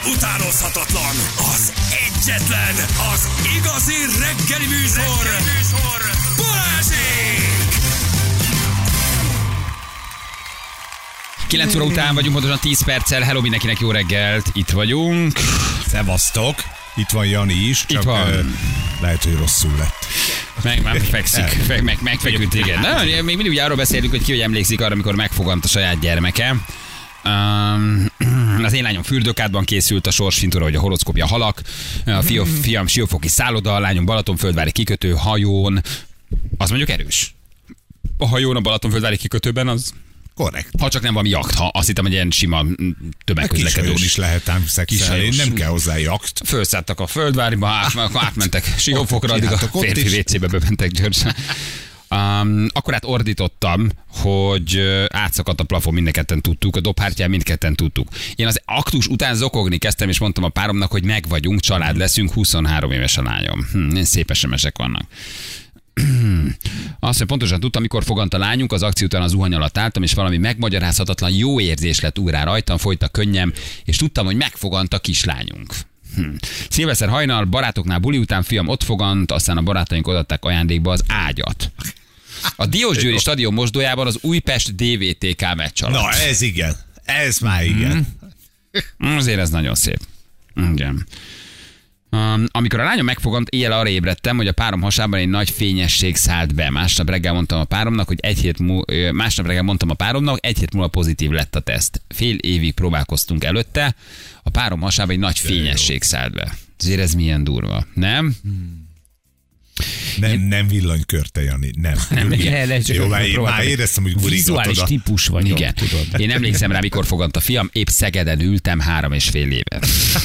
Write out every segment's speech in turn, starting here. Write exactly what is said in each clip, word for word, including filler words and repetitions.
utánozhatatlan, az egyetlen, az igazi reggeli műsor, reggeli műsor. Balázsék! kilenc óra után vagyunk, pontosan tíz perccel. Hello mindenkinek, jó reggelt, itt vagyunk. Szevasztok, itt van Jani is, csak itt van. Uh, lehet, hogy rosszul lett. Meg már fekszik, Fe, meg, megfeküdt, igen. Na, még mindig ugye arról beszélünk, hogy ki hogy emlékszik arra, amikor megfogant a saját gyermeke. Um, az én lányom fürdőkádban készült, a sorsfintóra, hogy a horoszkópja halak, a fiam, fiam siófoki szálloda, a lányom Balatonföldvári kikötő hajón. Az mondjuk erős. A hajón a Balatonföldvári kikötőben az... Korrekt. Ha csak nem valami jakt, ha azt hittem, hogy ilyen sima tömegközlekedős. is lehet ám szexelni, nem kell hozzá jakt. Fölszálltak a Földváriba, át, átmentek Siófokra, addig a férfi vécébe bementek gyorsan. Um, akkor át ordítottam, hogy átszakadt a plafon, mindketten tudtuk, a dobhártyán mindketten tudtuk. Én az aktus után zokogni kezdtem, és mondtam a páromnak, hogy megvagyunk, család leszünk, huszonhárom éves a lányom. Hm, szép es em esek vannak. Azt, hogy pontosan tudtam, amikor fogant a lányunk, az akció után az zuhany alatt álltam, és valami megmagyarázhatatlan jó érzés lett úrá rajtam, folyt a könnyem, és tudtam, hogy megfogant a kislányunk. Hm. Szilveszter hajnal, barátoknál buli után fiam ott fogant, aztán a barátaink odaadták ajándékba az ágyat. A Diósgyőri stadion mosdójában az Újpest dé vé té ká meccs alatt. Na ez igen, ez már igen. Hmm. Azért ez nagyon szép. Igen. Um, amikor a lányom megfogant, éjjel arra ébredtem, hogy a párom hasában egy nagy fényesség szállt be. Másnap reggel mondtam a páromnak, hogy egy hét múlva, másnap reggel mondtam a páromnak, egy hét múlva pozitív lett a teszt. Fél évig próbálkoztunk előtte, a párom hasában egy nagy fényesség szállt be. Azért ez milyen durva, nem? Nem, Én... nem villanykörte, Jani, nem. nem igen. Jó, már, már éreztem, hogy gurigott vizuális oda. típus vagyok, igen. tudod. Én emlékszem rá, mikor fogant a fiam, épp Szegeden ültem három és fél éve.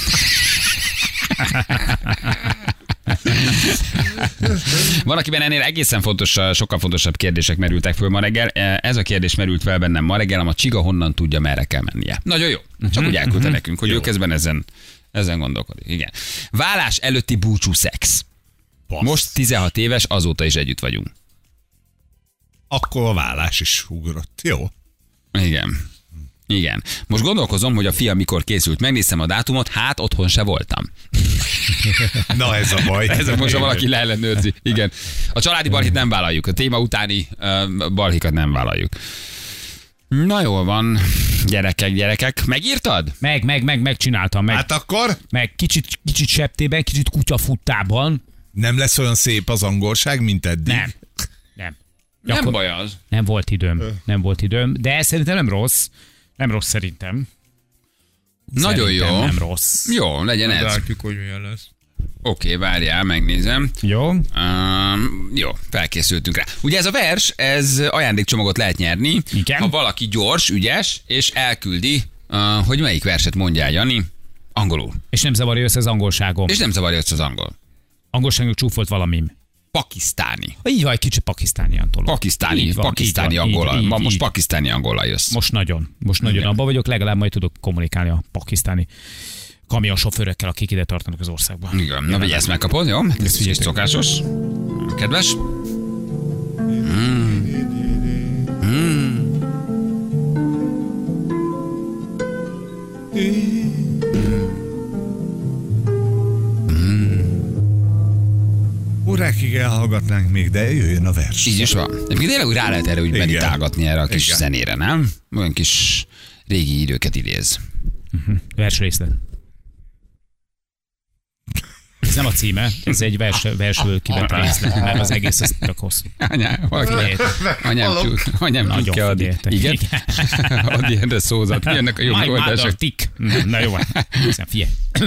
Van, akiben ennél egészen fontos, sokkal fontosabb kérdések merültek föl ma reggel. Ez a kérdés merült fel bennem ma reggel, a csiga honnan tudja, merre kell mennie. Nagyon jó. Csak úgy elküldte nekünk, hogy ő közben ezen, ezen gondolkodik. Igen. Válás előtti búcsú szex. Basz. Most tizenhat éves, azóta is együtt vagyunk. Akkor a vállás is ugrott. Jó. Igen. Igen. Most gondolkozom, hogy a fiam mikor készült. Megnéztem a dátumot, hát otthon se voltam. Na ez a baj. Ez a most, ha valaki leellenőrzi. Igen. A családi balhit nem vállaljuk. A téma utáni uh, balhikat nem vállaljuk. Na jól van, gyerekek, gyerekek. Megírtad? Meg, meg, meg, megcsináltam. Meg, Hát akkor? meg kicsit, kicsit septében, kicsit kutyafuttában. Nem lesz olyan szép az angolság, mint eddig? Nem. Nem. Nem Gyakor... baj az. Nem volt időm. Nem volt időm. De szerintem nem rossz. Nem rossz szerintem. Nagyon szerintem jó. Nem rossz. Jó, legyen ez. Látjuk, hogy milyen lesz. Oké, okay, várjál, megnézem. Jó. Um, jó, felkészültünk rá. Ugye ez a vers, ez ajándékcsomagot lehet nyerni, igen, ha valaki gyors, ügyes, és elküldi, uh, hogy melyik verset mondjál, Jani, angolul. És nem zavarja össze az angolságom. És nem zavarja össze az angol. Angolságok csúfolt valamim. Pakisztáni. Így van, egy kicsit pakisztáni Antoló. Pakisztáni, Így van, pakisztáni így van, angola. így, Ma így, most így. pakisztáni angola jössz. Most nagyon, most nagyon abban vagyok, legalább majd tudok kommunikálni a pakisztáni kamionsofőrökkel, akik ide tartanak az országban. Igen, na vagy ezt megkapod, jó? Ez figyelj, szokásos. Kedves? Mm. Mm. Órákig elhallgatnánk még, de jöjjön a vers. Így is van. Egyébként tényleg úgy rá lehet erre úgy Igen. meditálgatni erre a kis Igen. zenére, nem? Olyan kis régi időket idéz. Uh-huh. Versrészlet. Ez nem a címe, ez egy vers, versből kivett részlet, mert az egész az tök hosszú. Anyám, valaki, anyám, tyúk, anyám Nagyon tyúkja adni. figyeltek. Igen? Adj erre szózat, jönnek a jó My megoldások. mother tick. Na jó, hiszen figyelj.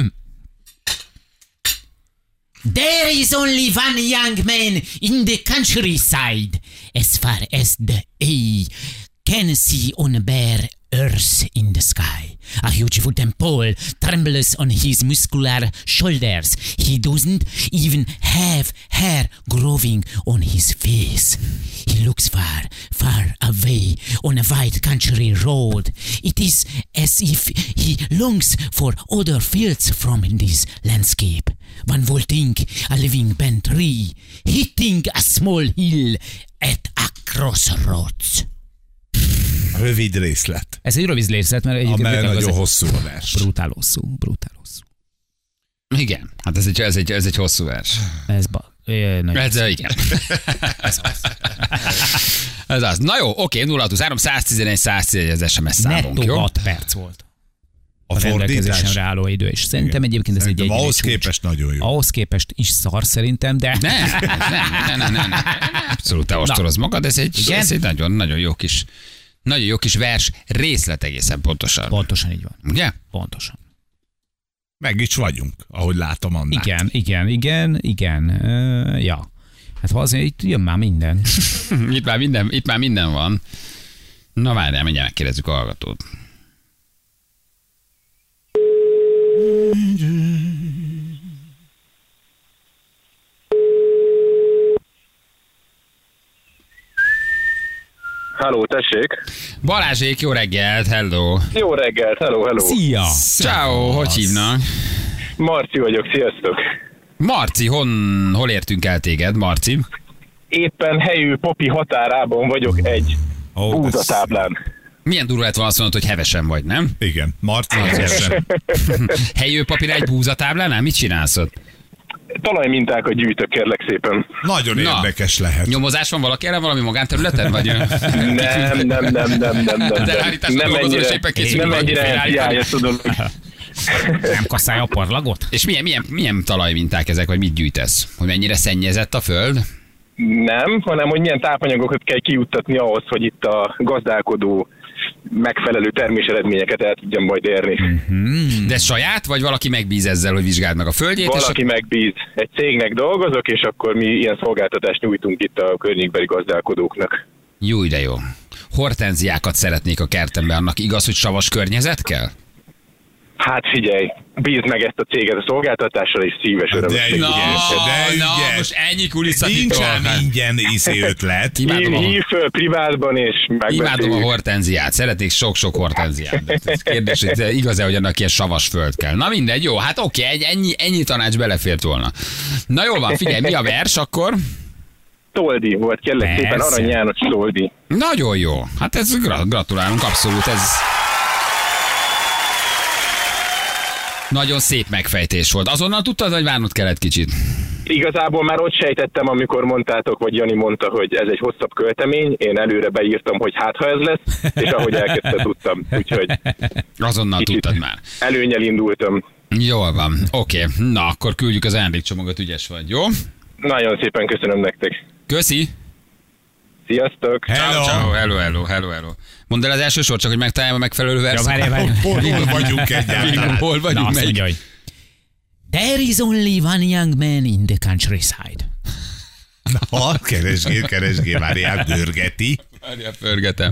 There is only one young man in the countryside, as far as the eye can see on a bare earth in the sky. A huge wooden pole trembles on his muscular shoulders. He doesn't even have hair growing on his face. He looks far, far away on a wide country road. It is as if he longs for other fields from this landscape. One would think a living bent tree hitting a small hill at a crossroads. Rövid részlet. Ez egy rövid részlet, mert egyébként Amely tényleg nagyon az egy hosszú a vers. brutál hosszú, brutál hosszú. Igen, hát ez egy, ez egy, ez egy hosszú vers. Ez ba... É, nagyon Ez, igen. ez az. Ez az. Na jó, oké, nulla hat huszonhárom száz tizenegy száz tizenegy az es em es számunk, Nettó jó? hat perc volt A a fordítás. rendelkezésemre álló idő, és szerintem egyébként ez egy Szerintem egyedi ahhoz csúcs. képest nagyon jó. Ahhoz képest is szar szerintem, de... Nem, nem, nem, nem, nem, nem. Abszolút te ostoroz magad, ez egy, Igen? ez egy nagyon, nagyon jó kis, nagyon jó kis vers, részlet egészen pontosan. Pontosan így van. Ugye? Pontosan. Meg is vagyunk, ahogy látom Annát. Igen, igen, igen, igen. Uh, ja. Hát valószínűleg itt jön már minden. Itt már minden, itt már minden van. Na várjál, mindjárt megkérdezzük a hallgatót. Halló, tessék! Balázsék, jó reggelt, hello. Jó reggelt, hello, hello! Szia! Ciao, hogy hívnak? Marci vagyok, sziasztok! Marci, hon, hol értünk el téged, Marci? Éppen helyű Popi határában vagyok egy Ó, búzatáblán. Milyen durva lett volna azt mondod, hogy hevesen vagy, nem? Igen, Marci hevesen. Helyő papír egy búzatáblánál? Mit csinálsz ott? Talajmintákat gyűjtök, kérlek szépen. Nagyon Na. érdekes lehet. Nyomozás van valaki ellen, valami magánterületen? Vagy? Nem, nem, nem, nem, nem, nem. De állításra nem dolgozol, és ennyire, éppen készül nem valaki ennyire felállítani. elfiája, tudom. Nem kasszálja a parlagot? És milyen, milyen, milyen talajminták ezek, vagy mit gyűjtesz? Hogy mennyire szennyezett a föld? Nem, hanem hogy milyen tápanyagokat kell kijuttatni ahhoz, hogy itt a gazdálkodó megfelelő terméseredményeket el tudjam majd érni. De ez saját, vagy valaki megbíz ezzel, hogy vizsgáld meg a földjét? Valaki és megbíz. Egy cégnek dolgozok, és akkor mi ilyen szolgáltatást nyújtunk itt a környékbeli gazdálkodóknak. Jó, de jó. Hortenziákat szeretnék a kertembe, annak igaz, hogy savas környezet kell? Hát figyelj, bízd meg ezt a céget a szolgáltatással, és szíves öröm. De Na, De na ügyes. most ennyi kulisszatitok. Nincs ám ingyen iszé ötlet. Imádom Én a, hív föl privátban, és imádom a megbeszéljük. hortenziát. Szeretnék sok-sok hortenziát. De ez kérdés, hogy igaz-e, hogy annak ilyen savas föld kell. Na mindegy, jó, hát oké, egy, ennyi, ennyi tanács belefért volna. Na jó van, figyelj, mi a vers akkor? Toldi volt, kérlek Persze. szépen, Arany János Toldi. Nagyon jó. Hát ez gra- gratulálunk, abszolút. Ez nagyon szép megfejtés volt. Azonnal tudtad, vagy várnod kellett kicsit? Igazából már ott sejtettem, amikor mondtátok, vagy Jani mondta, hogy ez egy hosszabb költemény, én előre beírtam, hogy hát ha ez lesz, és ahogy elkezdte tudtam, úgyhogy Azonnal Kicsit. tudtad már. előnyel indultam. Jól van, oké. Na, akkor küldjük az ajándékcsomagot, ügyes vagy, jó? Nagyon szépen köszönöm nektek. Köszi. Sziasztok! Hello. Ciao, hello, hello, hello, hello. Mondd el az első sor, csak hogy megtaláljam a megfelelő Ja, verset. várjál, várjál. Hol, hol vagyunk egyáltalán? Hol Na, vagyunk, azt melyik? mondja, hogy There is only one young man in the countryside. Ha, keresgél, keresgél, várjál, görgeti. Várjál, pörgetem.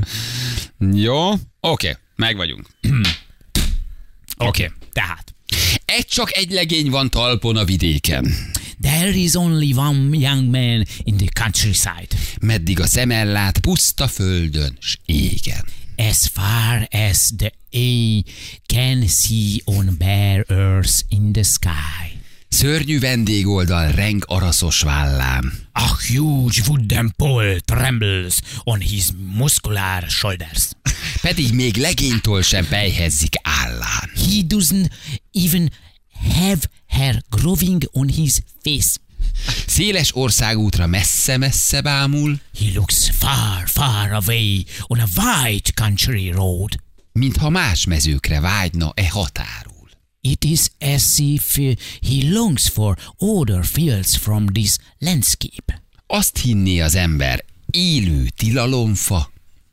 Jó, oké, meg vagyunk. Oké, okay. Tehát. Egy csak egy legény van talpon a vidéken. There is only one young man in the countryside. Meddig a szem ellát, puszta földön s égen. As far as the eye can see on bare earth in the sky. Szörnyű vendégoldal reng araszos vállán. A huge wooden pole trembles on his muscular shoulders. Pedig még legénytól sem pejhezzik állán. He doesn't even have hair growing on his face. Széles országútra messze-messze bámul, He looks far, far away on a wide country road. mintha más mezőkre vágyna e határul. It is as if uh, he longs for other fields from this landscape. Azt hinné az ember, élő tilalomfa,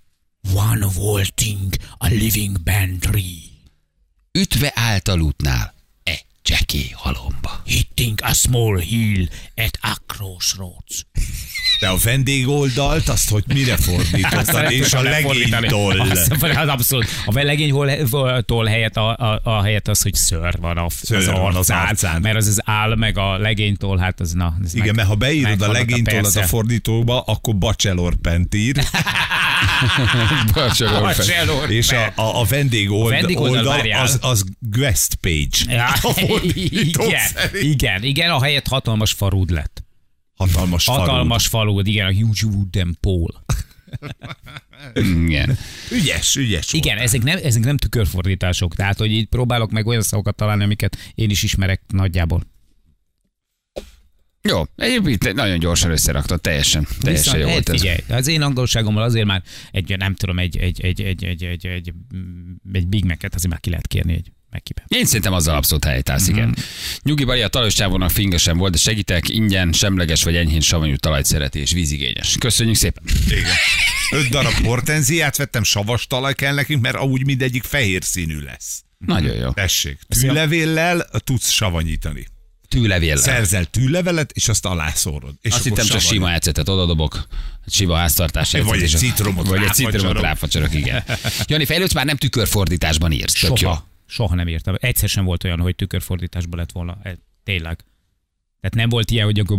One vaulting a living band tree, ütve általútnál e csekély halomba. hitting a small hill at a crossroads. De a vendégoldalt, azt hogy mire fordítottad, és a legénytól. Az, az abszolút. A legénytól helyett a, a, a helyett az, hogy szőr van a, Szőr az, van az arcán, arcán. mert az az áll meg a legénytól, hát az na. Ez Igen, meg, mert ha beírod a meghallotta, legénytól az a persze. fordítóba, akkor Bachelor Pent ír, Bachelor és a, a, a vendégoldal, vendégoldal, oldal, várjál. az, az Guest Page. Ja, A fordító igen, szerint. igen, igen, a helyett hatalmas farud lett. Hatalmas falu. Hatalmas falud, igen, a huge wooden pole. Igen. Ügyes, ügyes. Igen, ezek nem, ezek nem tükörfordítások. Tehát, hogy így próbálok meg olyan szavakat találni, amiket én is ismerek nagyjából. Jó, egyébként nagyon gyorsan összeraktad, teljesen, teljesen jó volt ez. Figyelj, az én angolságommal azért már egy, nem tudom, egy, egy, egy, egy, egy, egy, egy, egy Big Mac-et azért már ki lehet kérni egy Mac-iben. Én szerintem azzal abszolút helytállsz, igen. Mm. Nyugi Bali, a talajsávónak finga sem volt, de segítek, ingyen, semleges vagy enyhén savanyú talajt szereti és vízigényes. Köszönjük szépen. Igen. Öt darab hortenziát vettem, savas talaj kell nekünk, mert amúgy mindegyik fehér színű lesz. Nagyon jó. Tessék, tűlevéllel tudsz savanyítani. Tűlevéllel. Szerzel tűlevelet, és azt alászórod. És azt hittem csak sima ecetet odadobok. Sima háztartási ecetet. Vagy egy citromot Vagy egy citromot ráfacsorok, igen. Jani, fejlődsz, már nem tükörfordításban írsz. Soha. Soha nem írtam. Egyszer sem volt olyan, hogy tükörfordításban lett volna. Tényleg. Tehát nem volt ilyen, hogy akkor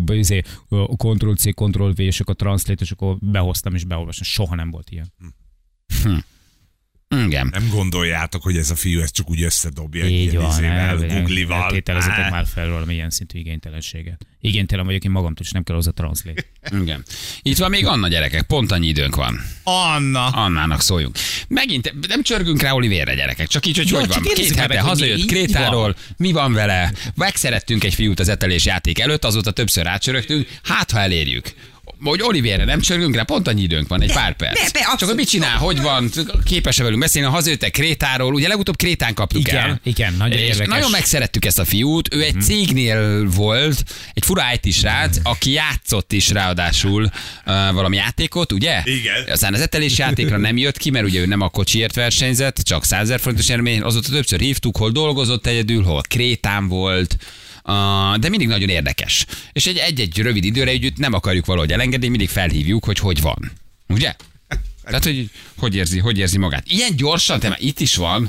Ctrl-C, Ctrl-V, és akkor Translate, és akkor behoztam és beolvastam. Soha nem volt ilyen. Hm. Igen. Nem gondoljátok, hogy ez a fiú ezt csak úgy összedobja. Így van, Google-val. Tételezetek már fel valami ilyen szintű igénytelenséget. Igénytelen vagyok én magamtól, és nem kell hozzá Translate. Igen. Itt van még Anna, gyerekek, pont annyi időnk van. Anna. Annának szóljunk. Megint nem csörgünk rá Olivérre, gyerekek, csak így, hogy Jó, hogy van. Két hete meg, hazajött mi, Krétáról, mi van vele? Megszerettünk egy fiút az etelés játék előtt, azóta többször rácsörögtünk, hát ha elérjük. Hogy Olivérre nem csörgünk rá, pont annyi időnk van, egy pár perc. de, de, Csak hogy mit csinál, hogy van, képes-e velünk beszélni, hazajöttek Krétáról, ugye legutóbb Krétán kaptuk igen, el. Igen, nagyon és érdekes. nagyon megszerettük ezt a fiút, ő egy cégnél volt, egy fura í té srác, aki játszott is ráadásul uh, valami játékot, ugye? Igen. Aztán az etelés játékra nem jött ki, mert ugye ő nem a kocsiért versenyzett, csak százezer forintos eredmény, azóta többször hívtuk, hol dolgozott egyedül, hol Krétán volt. Uh, de mindig nagyon érdekes. És egy, egy-egy rövid időre együtt nem akarjuk valahogy elengedni, mindig felhívjuk, hogy hogy van. Ugye? Tehát, hogy hogy érzi, hogy érzi magát. Ilyen gyorsan, te már itt is van.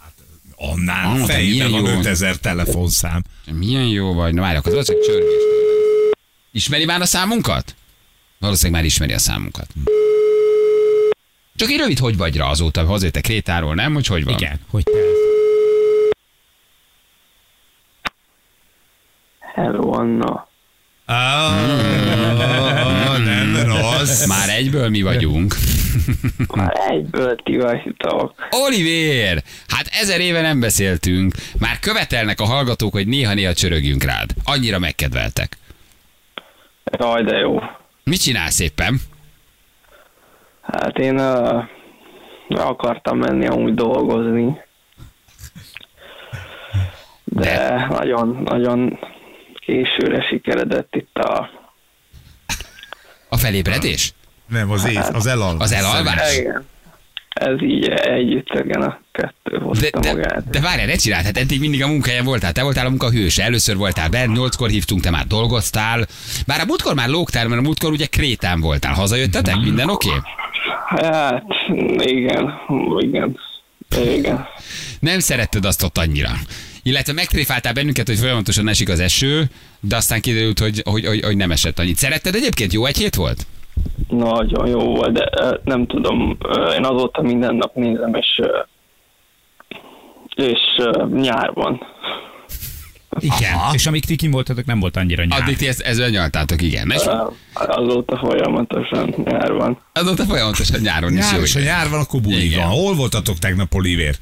Annál Ah, fejében van jó. ötezer telefonszám. Milyen jó vagy. Na várj, akkor valószínűleg csörgés. Ismeri már a számunkat? Valószínűleg már ismeri a számunkat. Csak egy rövid hogy vagyra azóta, hogy hazajöttek Krétáról, nem? Hogy hogy van? Igen, hogy te. Hello, Anna. Ah, nem rossz. Már egyből mi vagyunk. Már egyből ti vagytok. Olivér! Hát ezer éve nem beszéltünk. Már követelnek a hallgatók, hogy néha-néha csörögjünk rád. Annyira megkedveltek. Jaj, de jó. Mit csinálsz éppen? Hát én uh, akartam menni amúgy dolgozni. De, De? nagyon, nagyon későre sikeredett itt a... A felébredés? Nem, az, ész, az elalvás. Az elalvás? Igen. Ez így együtt, igen, a kettő De, hozta de, magát. de várjál, ne csináld, hát eddig mindig a munkahelyen voltál. Te voltál a munkahőse, először voltál benne, nyolckor hívtunk, te már dolgoztál. Bár a múltkor már lógtál, mert a múltkor ugye Krétán voltál. Hazajöttetek? Minden oké? Okay? Hát, igen, igen, igen. Nem szeretted azt ott annyira. Illetve megtréfáltál bennünket, hogy folyamatosan esik az eső, de aztán kiderült, hogy, hogy, hogy, hogy nem esett annyit. Szeretted egyébként? Jó egy hét volt? Nagyon jó volt, de uh, nem tudom, uh, én azóta minden nap nézem, és, uh, és uh, nyárban. Igen. Aha. És amíg ti kim voltatok, nem volt annyira nyár. Addig ti ezt, ezzel nyaltátok, igen. És Uh, azóta folyamatosan nyárban. azóta folyamatosan nyáron is jó. Nyár, és a nyár van, akkor buli Igen. van. Hol voltatok tegnap, Olivér?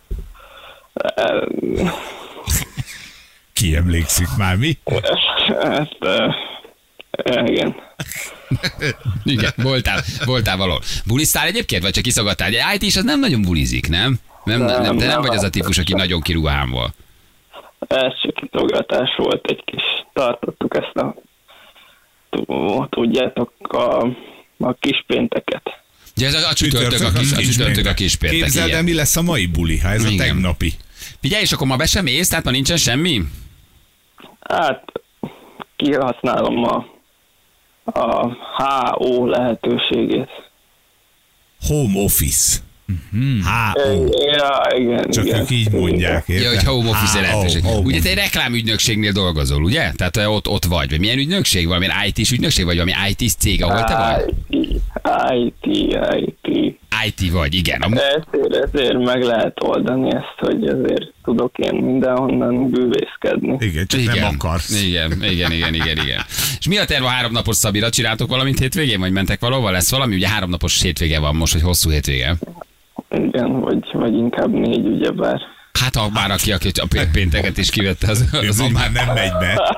Uh, Ki emlékszik már, mi? hát, uh, igen. Igen, voltál, voltál valahol. Bulisztál egyébként, vagy csak kiszogattál? Egy í té is az nem nagyon bulizik, nem? Nem, nem, nem te nem vagy az a típus, aki nagyon kirúg a hámból. Ez csak kitogatás volt, egy kis, tartottuk ezt a, tudjátok, a, a kis pénteket. Ugye ez a, a csütörtök, a kis, a csütörtök a kis péntek, Képzeld el, igen. mi lesz a mai buli, ha ez a Igen. tegnapi. Figyelj, és akkor ma be sem mész, tehát ma nincsen semmi? Hát, kihasználom a, a há ó lehetőségét. Home office. há ó. Ja, igen, Csak igen. ők így mondják, Ja, érted? hogy home office Há ó, lehetőség. home Ugye te office. egy reklámügynökségnél dolgozol, ugye? Tehát eh, ott, ott vagy. Vagy milyen ügynökség? Valamilyen í té-s ügynökség? Vagy valami í té-s cég, ahol te vagy? í té, í té, í té. i té vagy, igen. A... Ezért, ezért meg lehet oldani ezt, hogy ezért tudok én mindenhonnan bűvészkedni. Igen, csak igen, nem akarsz. Igen, igen, igen, igen, igen. És mi a terv a háromnapos Szabira? Csináltok valamit hétvégén, vagy mentek valahova? Lesz valami? Ugye háromnapos hétvége van most, hogy hosszú hétvége. Igen, vagy, vagy inkább négy, ugyebár. Hát ha már aki, aki a pénteket is kivette, az, az Az úgy már nem megy be.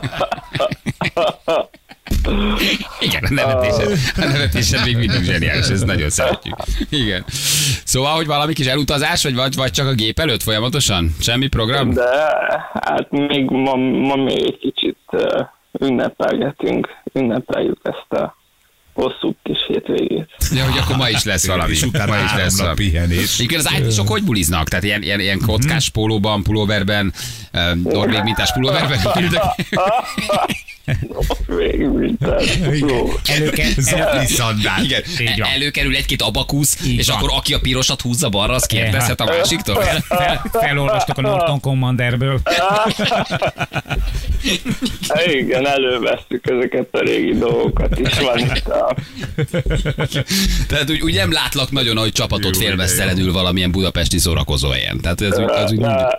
igen, a nevetésed, a nevetésed még mindig zseniális, ez nagyon szeretjük. Igen. Szóval, hogy valami kis elutazás, vagy, vagy, vagy csak a gép előtt folyamatosan? Semmi program? De hát még ma, ma még egy kicsit uh, ünnepelgetünk, ünnepeljük ezt a hosszú kis hétvégét. Ja, hogy akkor ma is lesz valami. És utána ma is három lesz nap valami. pihenés. Igen, az i té-sok hogy buliznak? Tehát ilyen, ilyen, ilyen kockás pólóban, pulóverben, uh, norvég mintás pulóverben? Végig minden. Előke, Zopni szandál. Igen, Így van. előkerül egy-két abakusz, Így és van. akkor aki a pirosat húzza balra, az kérdezhet a másiktól. fel, felolvastak a Norton Commanderből. Igen, elővesszük ezeket a régi dolgokat is. Van itt a... Tehát úgy, úgy nem látlak nagyon, hogy csapatot Jó, félmeztelenül valamilyen budapesti szórakozóhelyen. Tehát ez, úgy- az úgy Ne, mindig...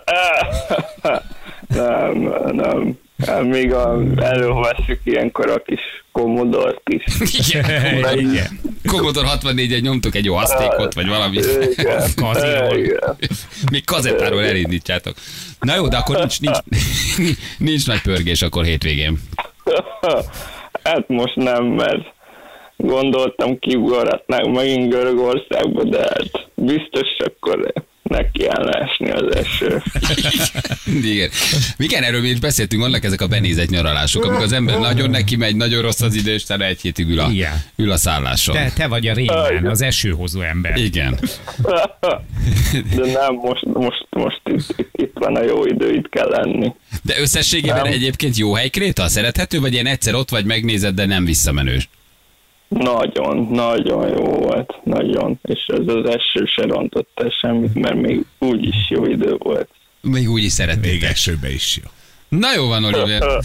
nem, nem. Még a, elővesszük ilyenkor a kis Commodore-t is. Igen. Igen. Commodore hatvannégyen nyomtok egy jó asztékot, vagy valami. Igen. Kazinol. Igen. Még kazettáról elindítsátok. Na jó, de akkor nincs, nincs, nincs nagy pörgés akkor hétvégén. Hát most nem, mert gondoltam kiugorhatnánk megint Görögországba, de hát biztos akkor neki kellene esni az eső. Igen. Igen, erről mi is beszéltünk, vannak ezek a benézett nyaralások, amikor az ember nagyon neki megy, nagyon rossz az idő, és talán egy hétig ül a, Igen. ül a szálláson. Te, te vagy a Rayman, az esőhozó ember. Igen. De nem, most, most, most itt, itt, itt van a jó idő, itt kell lenni. De összességében egyébként jó hely Kréta? Szerethető, vagy ilyen egyszer ott vagy, megnézed, de nem visszamenős? Nagyon, nagyon jó volt, nagyon. És ez az eső se rontotta semmit, mert még úgyis jó idő volt. Még úgy is Még szeretnék. esőbe is jó. Na jó van, Oliver.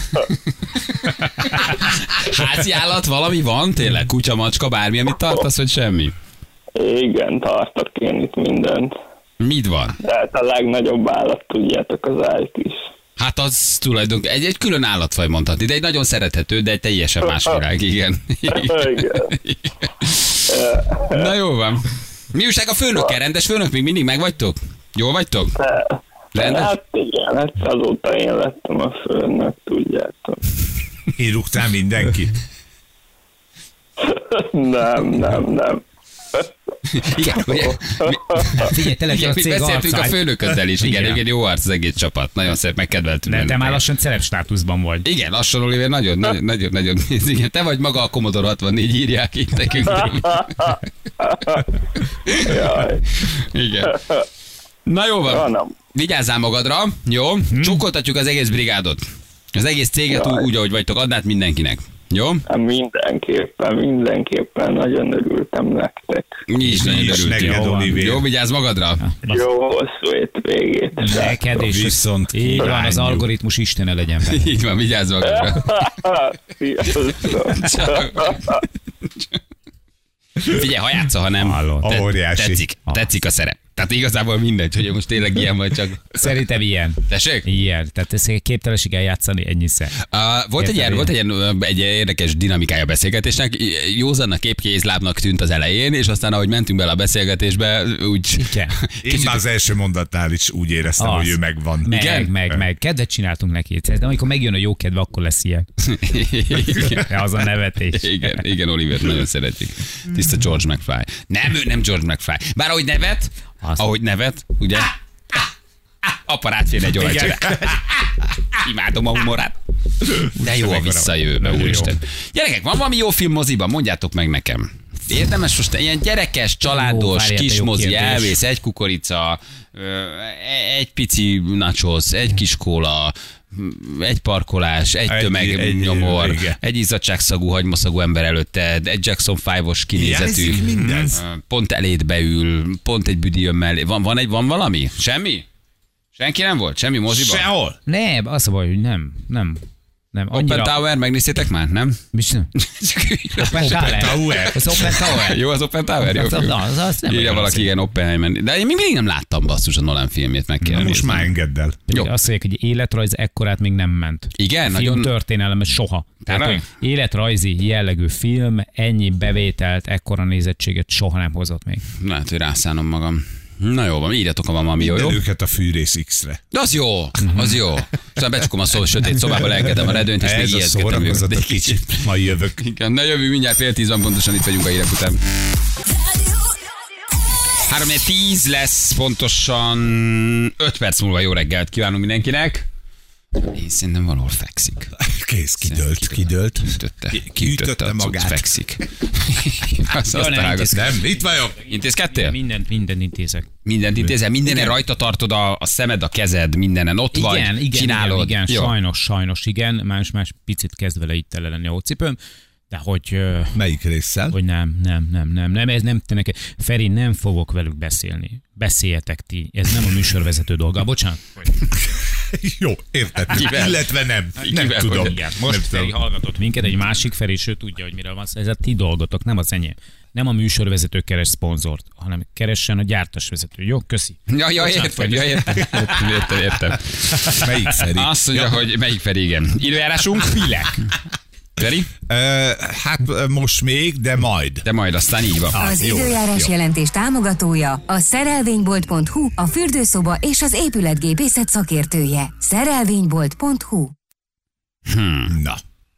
Házi állat valami van tényleg? Kutya, macska, bármi, amit tartasz, vagy semmi? Igen, tartok én itt mindent. Mit van? De hát a legnagyobb állat, tudjátok, az állt is. Hát az tulajdonképpen egy, egy külön állatfaj mondhatni, de egy nagyon szerethető, de egy teljesen más világ, igen. Igen. Na jó van. Mi újság a főnökkel? Rendes főnök? Még mindig megvagytok? Jól vagytok? Rendes? Hát igen, hát azóta én lettem a főnök, tudjátok. Kirúgtál mindenkit? Nem, nem, nem. Igen, ugye? Mi, Figyelj, te lettél igen, a mi cég beszéltünk a arcágy. főnököddel is, igen, Igen. igen, jó arc az egész csapat. Nagyon szép, megkedveltünk. De te már benneteket. lassan celeb státuszban vagy. Igen, lassan Oliver, nagyon, nagyon, nagyon, nagyon, igen, te vagy maga a Commodore hatvannégy, írják itt nekünk. Jaj. Igen. Na jó Ja, van, nem. vigyázzál magadra, jó? Csukkoltatjuk az egész brigádot. Az egész céget Jaj. úgy, ahogy vagytok, adnát mindenkinek. Jó? Hát mindenképpen, mindenképpen nagyon örültem nektek. Mi is nagyon is örültünk. neked, Jó, Oliver. jó, vigyázz magadra. Jó hosszú hétvégét. Neked és Viszont így van, az kívánjuk. algoritmus istene legyen vele. Így van, vigyázz magadra. Sziasztok. Figyelj, ha játszol, ha nem, Hallod. te- Óriási. tetszik, tetszik a szerep. Tehát igazából mindegy, hogy most tényleg ilyen vagy csak. Szerintem ilyen. Tessék? Ilyen. Tehát ez képtelenség eljátszani ennyiszer. Uh, volt, egy ilyen, Érted, volt egy, ilyen, ö, egy érdekes dinamikája a beszélgetésnek. Józannak képkézlábnak tűnt az elején, és aztán ahogy mentünk bele a beszélgetésbe, úgy... Igen. Én már az első mondatnál is úgy éreztem, Az. hogy ő megvan. Meg, Igen? meg, meg. Kedvet csináltunk neki. De amikor megjön a jó kedve, akkor lesz ilyen. igen. De az a nevetés. Igen, igen, Oliver, nagyon szeretjük. Tiszta George McFly. Nem, ő nem George McFly. Bár ahogy nevet, Az. ahogy nevet, ugye? Apa rátfér egy olajcsere. Imádom a humorát. De jó a visszajövőbe, Nagyon úristen. jó. Gyerekek, van valami jó film moziban? Mondjátok meg nekem. Érdemes most ilyen gyerekes, Jó, családos, várjál, te kis jó mozi, kérdés. elvész, egy kukorica, ö, egy pici nachos, egy kis kóla, egy parkolás, egy Egy- tömegnyomor, egy- egy, igen. egy izzadságszagú, hagymaszagú ember előtted, egy Jackson five-os kinézetű, Hiányzik mindez. ö, pont eléd beül, pont egy büdi jön mellé. Van, van, egy, van valami? Semmi? Senki nem volt? Semmi moziban? Sehol. Nem, az a baj, hogy nem. Nem. Nem, Open annyira... Tower, megnéztétek már, nem? Mi sem? Open Tower. Az Open Tower. Jó az Open Tower? Jó Az, film. az, az nem Írja olyan valaki, szép. igen, Oppenheimer. De én még mindig nem láttam basszus a Nolan filmjét, meg kell Na most néznem. már engedd el. Jó. Azt mondják, hogy életrajz ekkorát még nem ment. Igen, Film nagyon... történelem, soha. Tehát, Tényleg? hogy életrajzi jellegű film ennyi bevételt, ekkora nézettséget soha nem hozott még. Lehet, hogy rászánom magam. Na jó van, írjatok, ha van valami jó, jó? Minden őket a Fűrész X-re. De az jó, az jó. Aztán becsukom a szó, sötét szobába, leengedem a redőnyt, és még Ez a ijesztgetem őket. szórakozat, kicsit majd jövök. Igen, na jövő mindjárt fél tíz van, pontosan itt vagyunk a hírek után. három tíz lesz, pontosan öt perc múlva jó reggelt kívánunk mindenkinek. Én szerintem valahol fekszik. Kész, kidőlt, kidőlt. Ütötte, Ki- kiütötte kiütötte a cucc, magát. fekszik. Azt, azt nem találgatsz. Nem, itt vagyok. Intézkedtél? Mindent, mindent intézek. Mindent intézel, mindenen rajta tartod a, a szemed, a kezed, mindenen ott Igen, vagy, igen, csinálod. igen, igen, Jó. sajnos, sajnos, igen. Más-más picit kezd vele itt tele lenni a hócipőm, de hogy, ö, Melyik résszel? hogy nem, nem, nem, nem, nem, ez nem, te neked, Feri, nem fogok velük beszélni. Beszéljetek ti, ez nem a műsorvezető dolga. Bocsánat. Jó, értettem. Kivel? Illetve nem. Nem Kivel tudom. vagy? Igen, most Nem Feri tudom. hallgatott minket, egy másik Feri, és ő tudja, hogy miről van szó. Ez a ti dolgotok, nem az enyém. Nem a műsorvezető keres szponzort, hanem keressen a gyártásvezető. Jó, köszi. Ja, ja, Bocsánat, értem, Feri. ja, értem, értem, értem, értem. Melyik Feri? Azt mondja, hogy melyik Feri, igen. Időjárásunk? Filek. Feri? Ö, hát ö, most még, de majd. De majd aztán így van. Az jó, időjárás jó. jelentés támogatója a szerelvénybolt pont hu, a fürdőszoba és az épületgépészet szakértője. szerelvénybolt pont hu. Na.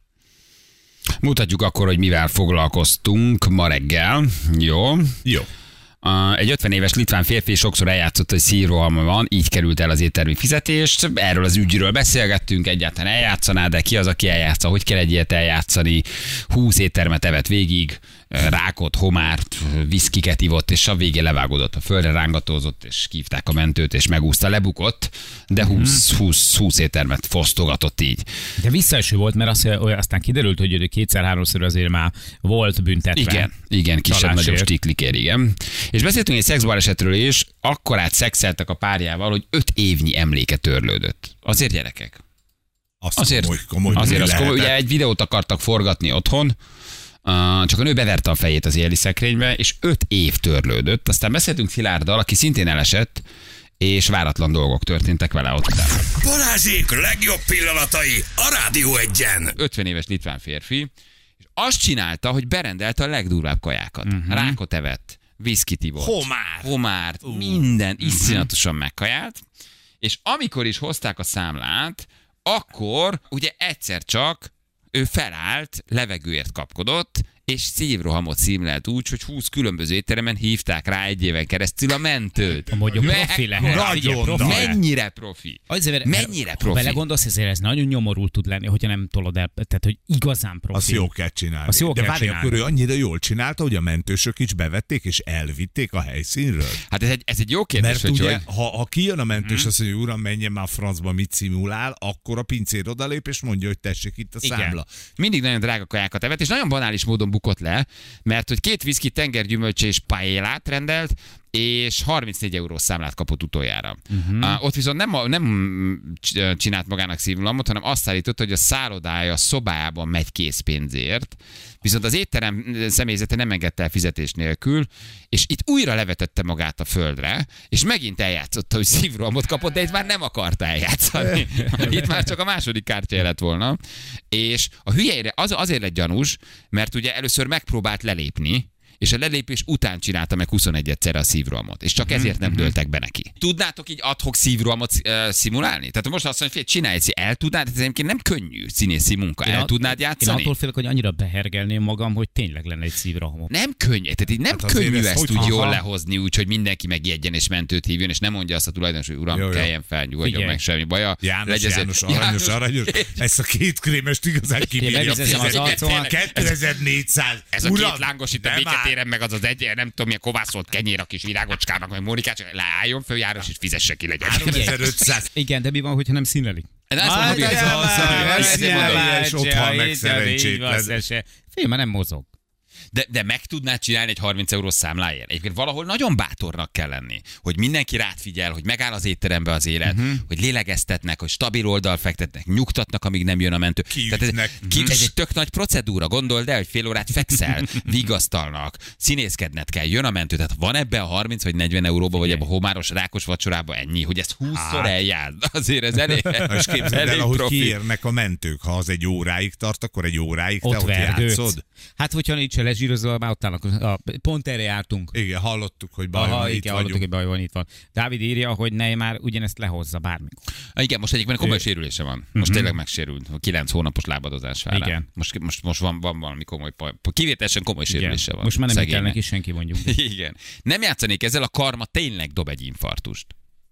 Mutatjuk akkor, hogy mivel foglalkoztunk ma reggel. Jó. Jó. Uh, egy ötven éves litván férfi sokszor eljátszott, hogy szívrohalma van, így került el az éttermi fizetést. Erről az ügyről beszélgettünk, egyáltalán eljátszaná, de ki az, aki eljátsza, hogy kell egy ilyet eljátszani. húsz éttermet evett végig, rákot, homárt, viszkiket ivott, és a végén levágódott a földre, rángatózott, és kívták a mentőt, és megúszta, lebukott, de húsz éttermet fosztogatott így. De visszaeső volt, mert azt, aztán kiderült, hogy kétszer-háromszor azért már volt büntetve. Igen, igen, kisebb-nagyobb Csalásért. stiklikér, igen. És beszéltünk egy szexbalesetről is, akkorát szexeltek a párjával, hogy öt évnyi emléke törlődött. Azért gyerekek. Azt Azért, komoly, komoly azért az komoly, lehetett. ugye egy videót akartak forgatni otthon, uh, csak a nő beverte a fejét az éli szekrénybe, és öt év törlődött. Aztán beszéltünk Szilárddal, aki szintén elesett, és váratlan dolgok történtek vele ott utána. Balázsék legjobb pillanatai a Rádió Egyen. ötven éves litván férfi, és azt csinálta, hogy berendelte a legdurvább kajákat. Uh-huh. Rákot evett, viszkit ivott, Homár. homárt, uh. minden, iszonyatosan megkajált, és amikor is hozták a számlát, akkor ugye egyszer csak ő felállt, levegőért kapkodott, és szívrohamot szímlelt úgy, hogy húsz különböző étteremen hívták rá egy éven keresztül a mentőt. Mondjuk Mekkora- profi lehet. Nagyon Igen, profi nagy. lehet. Mennyire profi? Azért, Mennyire Ha profi? belegondolsz, ezért ez nagyon nyomorult tud lenni, hogyha nem tolod el, tehát hogy igazán profi. Azt jó kell csinálni. Azt jó De kell várj, csinálni. akkor ő annyira jól csinálta, hogy a mentősök is bevették és elvitték a helyszínről. Hát ez egy, ez egy jó kérdés, Mert hogy, ugye, hogy ha, ha kijön a mentős, hmm. azt mondja, uram, menjen már a francba, mit szimulál, akkor a pincér odalép, és mondja, hogy tessék itt a Igen. számla. mindig nagyon drága kajákat evett, és nagyon banális módon bukott le, mert hogy két viszki, tengergyümölcse és paellát rendelt, és harmincnégy eurós számlát kapott utoljára. Uh-huh. Uh, ott viszont nem, a- nem csinált magának szívrohamot, hanem azt állította, hogy a szállodája szobájában megy készpénzért, viszont az étterem személyzete nem engedte el fizetés nélkül, és itt újra levetette magát a földre, és megint eljátszotta, hogy szívrohamot kapott, de itt már nem akarta eljátszani. Itt már csak a második kártya lett volna. És a hülyeire az, azért lett gyanús, mert ugye először megpróbált lelépni, és a lelépés után csinálta meg huszonegyedszerre a szívrohamot, és csak ezért nem dőltek be neki. Tudnátok így ad-hoc szívrohamot uh, szimulálni? Tehát most azt mondja, hogy csinálj, el tudnád, ez egyébként nem könnyű színészi munka, el Én a- tudnád Én játszani? attól félek, hogy annyira behergelném magam, hogy tényleg lenne egy szívrohamom. Nem könnyű, tehát így nem Hát azért könnyű ezt ezt hogy- úgy jól Aha. lehozni, úgy, hogy mindenki megijedjen és mentőt hívjon, és nem mondja azt a tulajdonos, hogy uram, Jó, jó. keljen fel, nyugodjon Figyelj. meg, semmi baja. János, Legyen szép- János, aranyos, aranyos. Ezt a két krémest igazán kibírja. bevizetem az arcomat. kétezer-négyszáz. Ez a Uram, két lángos itt a nem áll. béketéren, meg az az egy, nem tudom milyen kovászolt kenyér a kis virágocskának, meg Mónikács, leálljon föl, János, és fizesse ki, legyen. háromezer-ötszáz. Igen, de mi van, hogyha nem színelik? De ezt mondom, hogy ez az, hogy ezért mondom. és ott hal meg szerencsétlen. Fél, már nem mozog. De, de meg tudnád csinálni egy harminc eurós számláért? Egyébként valahol nagyon bátornak kell lenni, hogy mindenki rád figyel, hogy megáll az étterembe az élet, uh-huh. hogy lélegeztetnek, hogy stabil oldal fektetnek, nyugtatnak, amíg nem jön a mentő. Tehát ez, ki, ez egy tök nagy procedúra, gondold el, hogy fél órát fekszel, vigasztalnak, színészkedned kell, jön a mentő. Tehát van ebbe a harminc vagy negyven euróba, vagy ebbe a homáros rákos vacsorába ennyi, hogy ezt húszszor eljár. Azért ez elég. És képzeld el, ahogy kiérnek a mentők, ha az egy óráig tart, akkor egy óráig te ott, ott játszod. Hát, hogyha nincs lezsírozva, már ott állnak. A, pont erre jártunk. Igen, hallottuk, hogy baj Aha, van, igen, itt hallottuk, vagyunk. hogy baj van, itt van. Dávid írja, hogy Neymar ugyanezt lehozza bármikor. Igen, most egyébként komoly sérülése van. Most uh-huh. tényleg megsérült. kilenc hónapos lábadozás vár. Igen. Most, most, most van, van valami komoly, kivételesen komoly sérülése van. Most már nem Szegénynek. kell neki senki, mondjuk. Igen. Nem játszanék ezzel, a karma tényleg dob egy infarktust.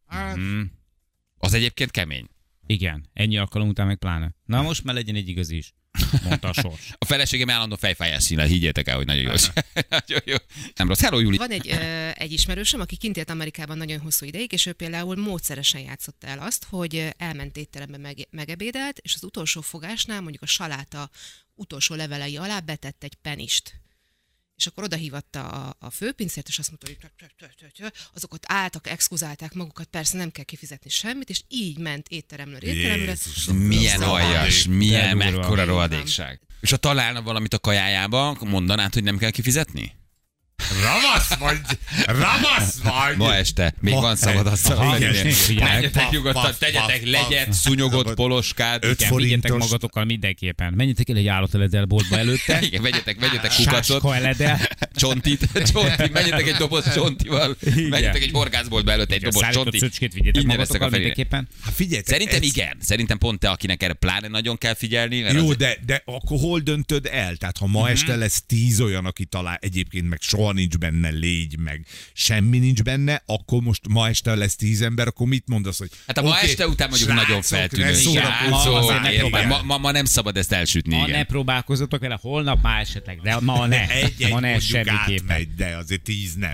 Mm. Az egyébként kemény. Igen, ennyi alkalom után meg pláne. Na most már legyen egy igazi is, mondta a sors. A feleségem állandó fejfájás színel, higgyétek el, hogy nagyon jó. Nagyon jó. Nem rossz. Hello, Juli. Van egy, ö, egy ismerősöm, aki kint élt Amerikában nagyon hosszú ideig, és ő például módszeresen játszotta el azt, hogy elment étterembe meg, megebédelt, és az utolsó fogásnál, mondjuk a saláta utolsó levelei alá betett egy penist. És akkor odahívatta a, a főpincért, és azt mondta, hogy azok ott álltak, exkuzálták magukat, persze nem kell kifizetni semmit, és így ment étteremről étteremre. Milyen aljas, milyen De durva. mekkora rohadékság. És ha találna valamit a kajájába, mondanád, hogy nem kell kifizetni? Ravasz vagy! Ravasz vagy! Ma este még Ma van szabad este. azzal. Igen. Menjetek Paf, nyugodtan, paf, tegyetek paf, legyet, paf. szunyogot, poloskát. Öt Igen, vigyetek forintos. magatokkal mindenképpen. Menjetek el egy állateledel boltba előtte. Igen, vegyetek, vegyetek kukacot, Sáska eledel. csontit, csontit, menjetek egy doboz csontival, menjetek egy horgászboltba előtte egy doboz Szállított csontit. szöcskét vigyetek Innen veszek a magatokkal felére. mindenképpen. Hát figyeljetek, Szerintem ez- igen, szerintem pont te, akinek erre pláne nagyon kell figyelni. mert Jó, az- de, de akkor hol döntöd el? Tehát ha ma Mhm. este lesz tíz olyan, aki talál, egyébként meg soha nincs benne légy, meg semmi nincs benne, akkor most ma este lesz tíz ember, akkor mit mondasz, hogy Hát a ma oké, este után mondjuk srácok, nagyon feltűnő. ne Igen, szórakozzunk ma azért már, ne értem. próbálj. ma, ma, ma nem szabad ezt elsütni. Ma Igen. ne próbálkozzatok vele, holnap már esetleg, de ma ne. Egy-egy Ma ne mondjuk semmiképpen. átmegy, de azért tíz nem.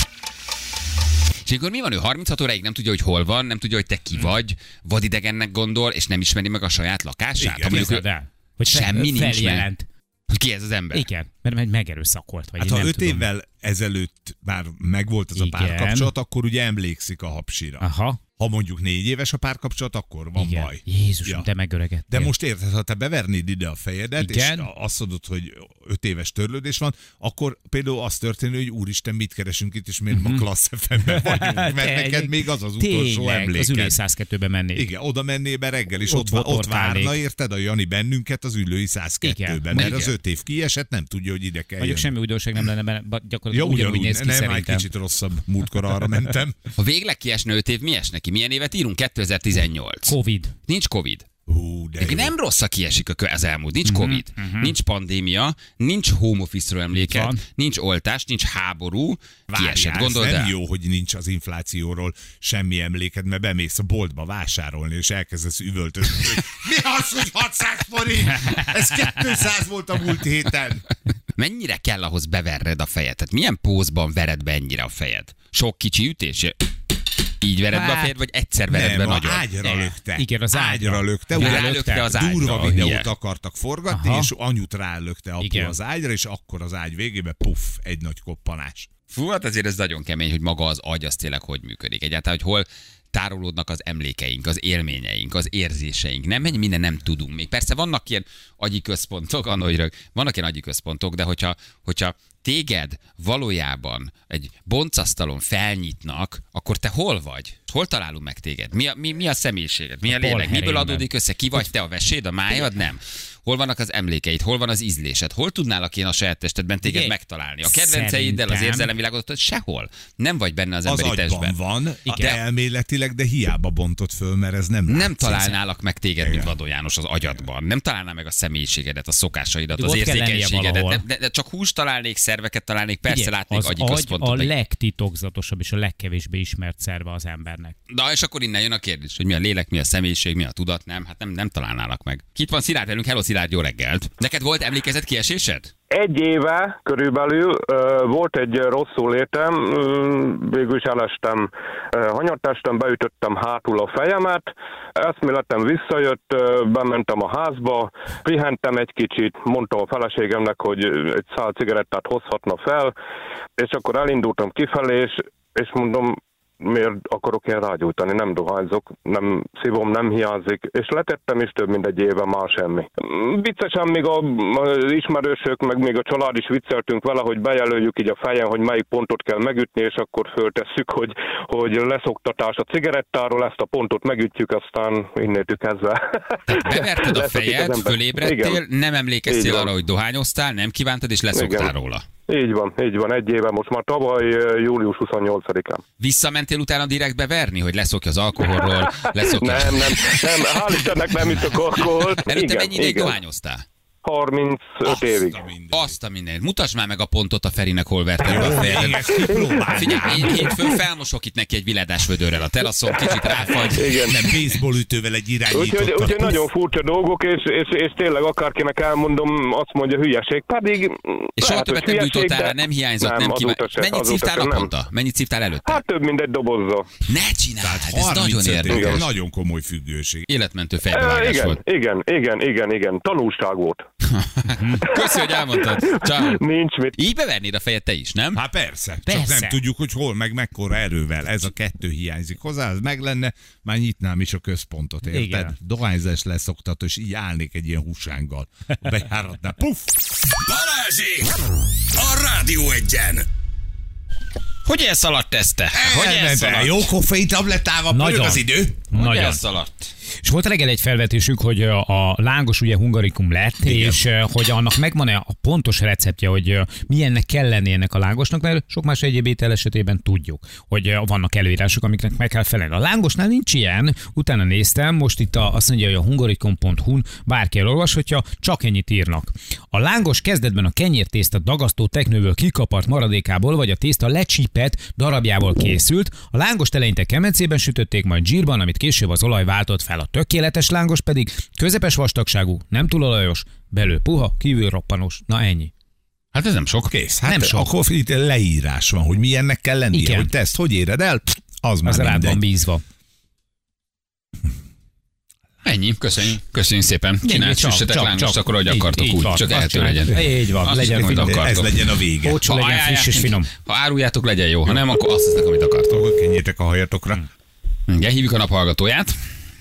És akkor mi van, ő harminchat óráig nem tudja, hogy hol van, nem tudja, hogy te ki vagy, vadidegennek gondol, és nem ismeri meg a saját lakását? Igen, Ha mondjuk Képzeld ő- el, hogy semmi nincs meg. feljelent. Hogy ki ez az ember? Igen, mert egy megerőszakolt, vagy Hát én ha nem öt tudom. évvel ezelőtt már megvolt az a Igen. párkapcsolat, akkor ugye emlékszik a hapsira. Aha, Ha mondjuk négy éves a párkapcsolat, akkor van igen. baj. Jézusom, Ja. de megöregedtél. De most érted, ha te bevernéd ide a fejedet, Igen. és azt mondod, hogy öt éves törlődés van, akkor például az történik, hogy úristen, mit keresünk itt, és miért ma Klassz ef em-ben vagyunk, mert Te- neked még az az utolsó Tényleg, az ülés emléked. száz kettőbe mennék. Igen, oda mennél be reggel, és Ott ott, ott, ott botorkálnék. várna, érted, a Jani bennünket az ülői száz kettőben, Igen. mert Igen. az öt év kiesett, nem tudja, hogy ide kell Mondjuk jönni. semmi újdonság nem lenne benne, ba- Ja, gyakorlatilag ugyanúgy ugyanúgy, néz ki nem, már egy szerintem. kicsit rosszabb, múltkor arra mentem. Ha végleg kiesne öt év, mi esne ki? Milyen évet írunk? kétezer-tizennyolc. Covid. Nincs Covid. Hú, de jó. Nem rossz, a kiesik a kö- az elmúlt. Nincs Covid, nincs pandémia, nincs home office-ról emléked, Van. nincs oltás, nincs háború, kiesett. Várjál, ez Gondold nem el. jó, hogy nincs az inflációról semmi emléked, mert bemész a boltba vásárolni, és elkezdesz üvöltözni, hogy mi az, hogy hatszáz forint? Ez kétszáz volt a múlt héten. Mennyire kell ahhoz beverned a fejed? Tehát milyen pózban vered be ennyire a fejed? Sok kicsi ütés? Így vered be a Hát, fejed, vagy egyszer vered be Nem, a nagyon? ágyra Nem. lökte. Igen, az ágyra. ágyra lökte. Igen, ugye rálökte az ágyra, durva a videót hülye. akartak forgatni, Aha. és anyut rálökte apu Igen. az ágyra, és akkor az ágy végébe puff, egy nagy koppanás. Fú, hát azért ez nagyon kemény, hogy maga az agy az tényleg hogy működik. Egyáltalán, hogy hol tárolódnak az emlékeink, az élményeink, az érzéseink. Nem, mennyi minden nem tudunk még. Persze vannak ilyen agyi központok, annoira, vannak ilyen agyi központok, de hogyha, hogyha téged valójában egy boncasztalon felnyitnak, akkor te hol vagy? Hol találunk meg téged? Mi a, mi, mi a személyiséged? Mi a lélek? Miből balherémben. adódik össze? Ki vagy te, a veséd, a májad? Nem. Hol vannak az emlékeid? Hol van az ízlésed? Hol tudnálak én a saját testedben téged Igen. megtalálni? A kedvenceiddel, az Szerintem- érzelemvilágodat? Sehol. Nem vagy benne az Az emberi agyban testben. van, De- de elméletileg, de hiába bontott föl, mert ez nem Nem látszik. találnálak meg téged, mint Igen. Vadó János az agyadban. Nem találnál meg a személyiségedet, a szokásaidat, az Ott kell lennie érzékenységedet. valahol. De, de csak húst találnék, szerveket találnék, persze Igen, látnék az agyi agy központot. a meg- legtitokzatosabb és a legkevésbé ismert szerve az embernek. embernek. Na, és akkor innen jön a kérdés, hogy mi a lélek, mi a személyiség, mi a tudat, nem? Hát nem, nem találnálak meg. Itt van Szilárd velünk, hello Szilárd, jó reggelt. Neked volt emlékezett kiesésed? Egy éve körülbelül uh, volt egy rosszul létem, uh, végül is elestem, uh, hanyattestem, beütöttem hátul a fejemet, eszméletem visszajött, uh, bementem a házba, pihentem egy kicsit, mondtam a feleségemnek, hogy egy szál cigarettát hozhatna fel, és akkor elindultam kifelé, és, és mondom, miért akarok én rágyújtani, nem dohányzok, nem szívom, nem hiányzik, és letettem is több mint egy éve, már semmi. Viccesen még az ismerősök, meg még a család is vicceltünk vele, hogy bejelöljük így a fejen, hogy melyik pontot kell megütni, és akkor föltesszük, hogy, hogy leszoktatás a cigarettáról, ezt a pontot megütjük, aztán innétől kezdve. Beverted a fejed, fölébredtél, igen. Nem emlékeztél arra, hogy dohányoztál, nem kívántad, és leszoktál igen. róla. Így van, így van, egy éve, most már tavaly július huszonnyolcadikán. Visszamentél utána direkt beverni, hogy leszokja az alkoholról, leszokja... Nem, nem, nem, hál' Istennek nem iszok alkoholt. Előtte mennyi ideig dohányoztál? harmincöt azt évig. A azt a mindenit. Mutasd már meg a pontot a Ferinek, hol verted be a fejedet. Figyelj, én hétfőn felmosok itt neki egy viledás vödörrel a teraszon, kicsit ráfagy. Igen. Nem baseballütővel egy irányítottat. Úgyhogy úgy, nagyon furcsa dolgok, és, és, és tényleg akárkinek elmondom, azt mondja hülyeség, pedig... És soha többet nem gyújtottál rá, nem hiányzott, nem, nem kíván. Mennyit szívtál naponta? Mennyit szívtál előtte? Hát több, mint egy dobozza. Ne csináld, ez nagyon érdekes. Nagyon komoly függőség. Életmentő fejbevágás volt. Igen, igen, igen, igen, tanulság volt. Köszi, hogy elmondtad. Ciao. Nincs mit. Így bevernéd a fejed te is, nem? Hát persze. Persze. Csak nem tudjuk, hogy hol, meg mekkora erővel. Ez a kettő hiányzik hozzá, ez meg lenne, már nyitnám is a központot, érted? Igen. Dohányzás leszoktató, és így állnék egy ilyen húsánggal. Bejáratnál. Puff! Balázsi! A Rádió Egyen! Hogy elszaladt ezt te? Hogy elszaladt? Jó koffein tablettával pörög az idő. Hogy Nagyon. elszaladt? És volt reggel egy felvetésük, hogy a lángos ugye hungarikum lett, igen. és hogy annak megvan-e a pontos receptje, hogy milyennek kell lenni ennek a lángosnak, mert sok más egyéb étel esetében tudjuk, hogy vannak előírások, amiknek meg kell felelni. A lángosnál nincs ilyen, utána néztem, most itt a, azt mondja, hogy a hungarikum pont hu-n bárki elolvashatja, csak ennyit írnak. A lángos kezdetben a kenyértészta dagasztó teknőből kikapart maradékából, vagy a tészta lecsípett darabjából készült. A lángost eleinte kemencében sütötték, majd zsírban, amit később az olaj váltott fel. A tökéletes lángos pedig közepes vastagságú, nem túl olajos, belül puha, kívül roppanos. Na ennyi. Hát ez nem sok. Kész. Hát nem sok. Akkor itt leírás van, hogy milyennek kell lennie, igen. hogy te ezt hogy éred el, az már az rád van bízva. Ennyi, köszönjük, köszönjük szépen. Csinálj, süssetek lángost, akkor ahogy akartok, így úgy, van, csak ehető legyen. Így van, azt legyen, hogy akartok. Ez legyen a vége. Olcsó legyen, ajánlják, friss és finom. Ha áruljátok, legyen jó, ha nem, akkor azt hisznek, amit akartok. Akkor kenjétek a hajatokra. Igen, hívjuk a naphallgatóját.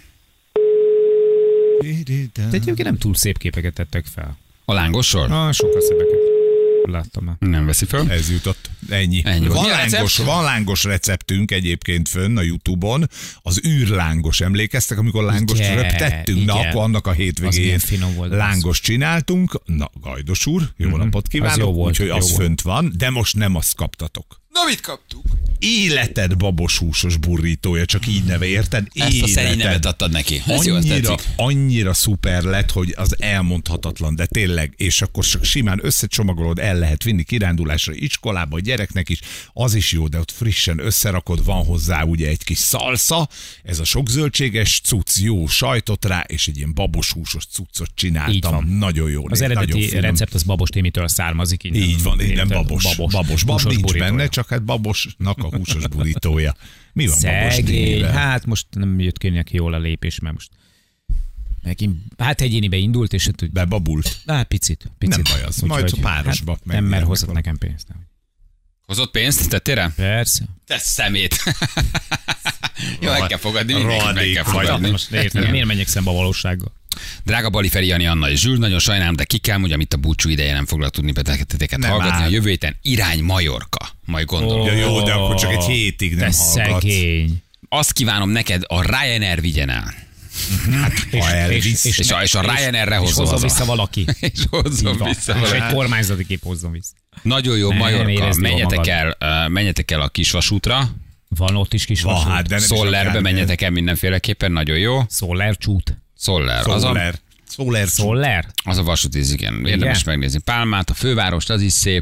De egyébként nem túl szép képeket tettek fel. A lángosról? Ah, sokkal szépeket. Láttam már. Nem veszi föl. Ez jutott. Ennyi. Ennyi. Van, Mi a lángos, recept? van lángos receptünk egyébként fönn a YouTube-on. Az űrlángos. Emlékeztek, amikor lángost Igen, röptettünk? Na, igen. akkor annak a Az hétvégén milyen finom volt. lángos csináltunk. Na, Gajdos úr, jó Mhm. napot Az jó kívánok. volt, Úgyhogy jó az volt. fönt van, de most nem azt kaptatok. Na, mit kaptuk? Életed babos húsos burrítója, csak így neve, érted? Ezt a szerény Életed. nevet adtad neki. Ez jó, ezt Annyira, tetszik. annyira szuper lett, hogy az elmondhatatlan, de tényleg, és akkor csak simán összecsomagolod, el lehet vinni kirándulásra, iskolába, a gyereknek is, az is jó, de ott frissen összerakod, van hozzá ugye egy kis szalsza, ez a sok zöldséges cucc, jó sajtot rá, és egy ilyen babos húsos cuccot Így csináltam. van. Nagyon jó. Az néz, nagyon eredeti finom. recept az Babos Témitől származik. Innen. Így van, innen Érted? babos. Babos, babos. Bab húsos nincs burítója. benne, csak hát babosnak a húsos burítója. Mi van babos Szegény, Timivel? hát most nem jött ki neki jól a lépés, mert most megint, hát egyénibe indult, és hát, Bebabult. hát picit, picit. Nem baj az, majd Úgyhogy, párosba hát, nem, megjelennek mert hozott valami. nekem pénzt. Hozott pénzt? Tettél rá? Persze. Te szemét. Jó, meg kell fogadni, mindenkit meg Rohadék kell vagy. fogadni. Most érted, miért menjek szembe a valósággal? Drága Bali, Feri, Jani, Anna és Zsül, nagyon sajnálom, de kikám, hogy amit a búcsú ideje nem foglak tudni titeket Nem hallgatni. áll. A jövő héten irány Majorka. Majd gondolom. Ja, jó, de akkor csak egy hétig nem Te hallgatsz. szegény. Azt kívánom neked, a Ryanair vigyen el. Ha elvisz. És, és, a, és a Ryanairre És hozzon hozzon haza. vissza valaki. És hozzon Így van. vissza És valaki. egy kormányzati kép hozzon vissza. Nagyon jó Nem, Majorka, érezd jól menjetek magad. el, uh, menjetek el a kisvasútra, Van ott is kis Van, vasút. hát, de nem is Szollerbe akár- menjetek el mindenféleképpen, nagyon jó. Szoller csút. Szoller. Az a, Szóler. Szóler. Szoller? az a vasút, ez igen. Érdemes Igen? megnézni. Pálmát, a fővárost, az is szép.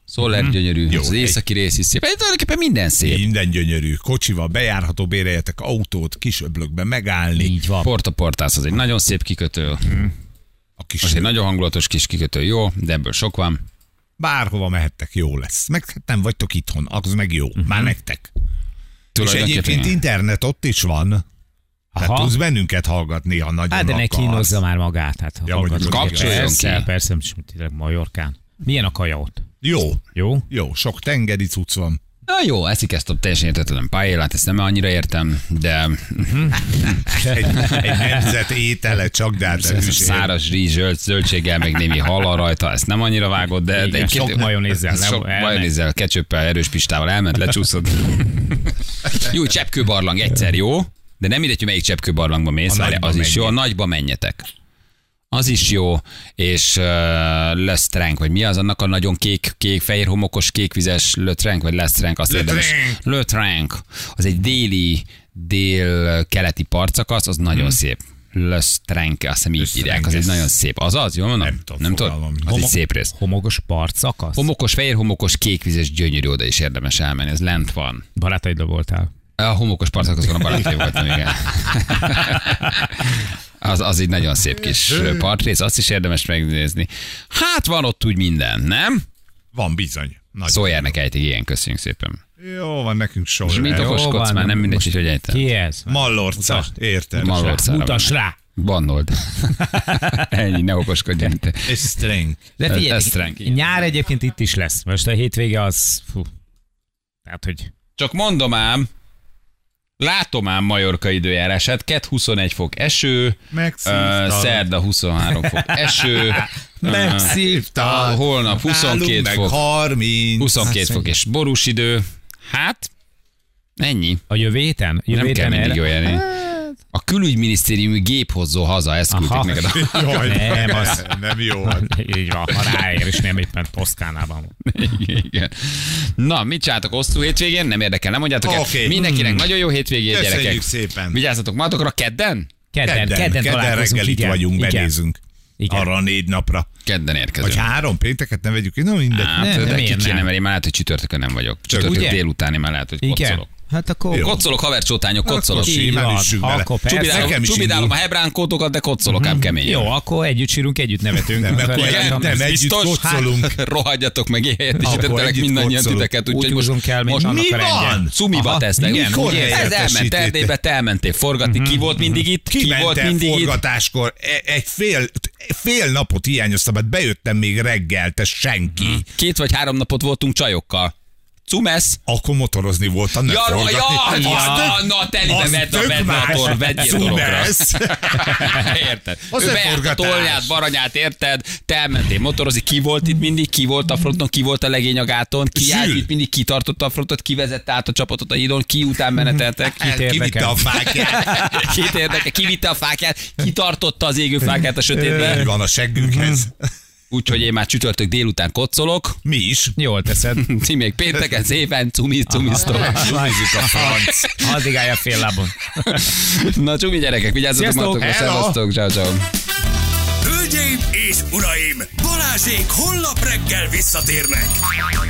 Szoller gyönyörű, Jó, az északi rész is szép. Hát tulajdonképpen minden szép. Minden gyönyörű. Kocsival bejárható, béreljetek autót, kis öblökben megállni. Így van. Porta Portász az egy nagyon szép kikötő. A kis Az egy nagyon hangulatos kis kikötő, jó, de ebből sok van. Bárhova mehettek, jó lesz. Meg hát nem vagytok itthon, az meg jó. Uh-huh. Már nektek. És Tulajdonképpen egyébként internet ott is van. Hát Aha. tudsz bennünket hallgatni, ha nagyon Hát de ne akarsz. kínozza már magát. Hát, Ja, hallgass mondjuk, meg. kapcsoljon persze, ki. Persze, persze, tényleg Majorkán. Milyen a kaja ott? Jó, Jó? jó, sok tengeri cucc van. Na jó, eszik ezt a teljesen értetlen paellát, ezt nem annyira értem, de Egy, egy nemzet étele csak, de hát ez a száraz rizs, zöld, zöldséggel, meg némi hal rajta, ezt nem annyira vágod, de, de Igen, sok majonézzel, nem? sok Elmegy. majonézzel, ketchuppel, erős pistával elment, lecsúszott. Jó, cseppkőbarlang egyszer jó, de nem mindegy, hogy melyik cseppkőbarlangba mész, A várj, nagyba az is jó, a menjél. nagyba menjetek. Az is jó, és uh, Lösztránk, vagy mi az annak a nagyon kék, kék, fehér homokos, kékvizes Lötránk, vagy Lösztránk, azt érdemes. Lötránk. Az egy déli, dél-keleti partszakasz, az nagyon hmm. szép. Lösztránk, azt hiszem így Lösztránk, írják, az egy ez- nagyon szép. Az az, jól mondom? Nem tudom, Nem tudod? fogalmam. Az egy Homo- szép rész. Homokos partszakasz? Homokos, fehér homokos, kékvizes, gyönyörű, oda is érdemes elmenni, ez lent van. Barátaiddal voltál? A homokos partszakaszon a barátai voltam, igen. Az, az egy nagyon szép kis partrész, azt is érdemes megnézni. Hát van ott úgy minden, nem? Van bizony. Nagyon Szójárnak ejtik, igen, köszönjük szépen. Jó, van nekünk sor. És mit Jó, okoskodsz van, már, nem mindegy, most hogy hogy ejtem. Ki ez? Mallorca, érted? Mallorcára Mutass van. rá! Bannold. Ennyi, ne okoskodj. És string. De Ez- ez figyelj, streng, igen. nyár egyébként itt is lesz. Most a hétvége az... Fú. Tehát, hogy... Csak mondom ám, látom ám Majorka időjárását, kedd huszonegy fok eső, Megszívtad. uh, szerda huszonhárom fok eső, Megszívtad. uh, holnap huszonkettő Nálunk meg fok, harminc. huszonkettő fok és borús idő. Hát, ennyi. A jövő héten? Jövő Nem kell héten mindig erre- olyan. A külügyminisztériumi gép hozzó haza, ezt küldték Aha. neked. Jaj, Nem, az- nem jó. Így van, ha ráér, és nem éppen Toszkánában. Igen. Na, mit csináltok hosszú hétvégén? Nem érdekel, nem mondjátok el. Oké. Mindenkinek nagyon jó hétvégét, Köszönjük gyerekek. szépen. Vigyázzatok magatokra kedden? Kedden, kedden, Kedden, kedden találkozunk, reggel itt igen. vagyunk, Igen. benézünk. Igen. Arra a négy napra. Kedden érkezünk. Vagy három pénteket ne vegyük ki, no mindegy. Hát, Nem, de nem, ki miért kéne, nem? mert én már lehet, hogy csütörtökön nem vagyok. Csütörtök ugye? délutáni már lehet, hogy Igen. koccolok. Hát akkor... Jó. Koccolok, havercsótányok, koccolok. Akkor Így simán van. üssünk bele. Akkor persze. Csubidálom, Nekem is csubidálom indul. a hebránkótokat, de koccolok ám keményen. Jó, akkor együtt sírunk, együtt nevetünk. Nem, akkor Igen, együtt nem, ez együtt biztos. koccolunk. Rohadjatok meg, értesítettelek együtt mindannyian koccolunk. titeket, Úgy úgyhogy most, húzunk el, mint most annak mi a rendje. van? Cumiba Aha, tesznek. igen, Mikor ugye? Ez elment helyettesítétek? Erdélybe, te elmentél forgatni. Ki volt mindig itt? Ki Kimentem volt mindig itt? forgatáskor, e- egy fél, fél napot hiányoztam, hát bejöttem még reggel, te senki. Két vagy három napot voltunk csajokkal. Cumesz. Akkor motorozni voltam, nem Ja, ro- forgatni. ja, Az ja, tök- na telibe az vedd a tök vedd a más. tor, vegyél dologra. Cumesz. Érted? Az Ő nem bejárt a forgatás. tolját, baranyát, érted? Te elmentél motorozni, ki volt itt mindig, ki volt a fronton, ki volt a legény a gáton, ki állt Zsül. itt mindig, ki tartotta a frontot, ki vezette át a csapatot a hídon, ki után meneteltek. Kit Kivitte érdekel? a fákját. Két érdeke, ki vitte a fákját, ki tartotta az égő fákját a sötétbe. Van a seggünkhez. Úgyhogy én már csütörtök délután koccolok. Mi is. Jól teszed. Ti még pénteken szépen cumiz, cumiztok. Csúmizik a franc. Addig állja fél lábon. Na csumi gyerekek, vigyázzatok Sziasztok, magatokra, hello. szevasztok, ciao, ciao. Hölgyeim és uraim, Balázsék holnap reggel visszatérnek.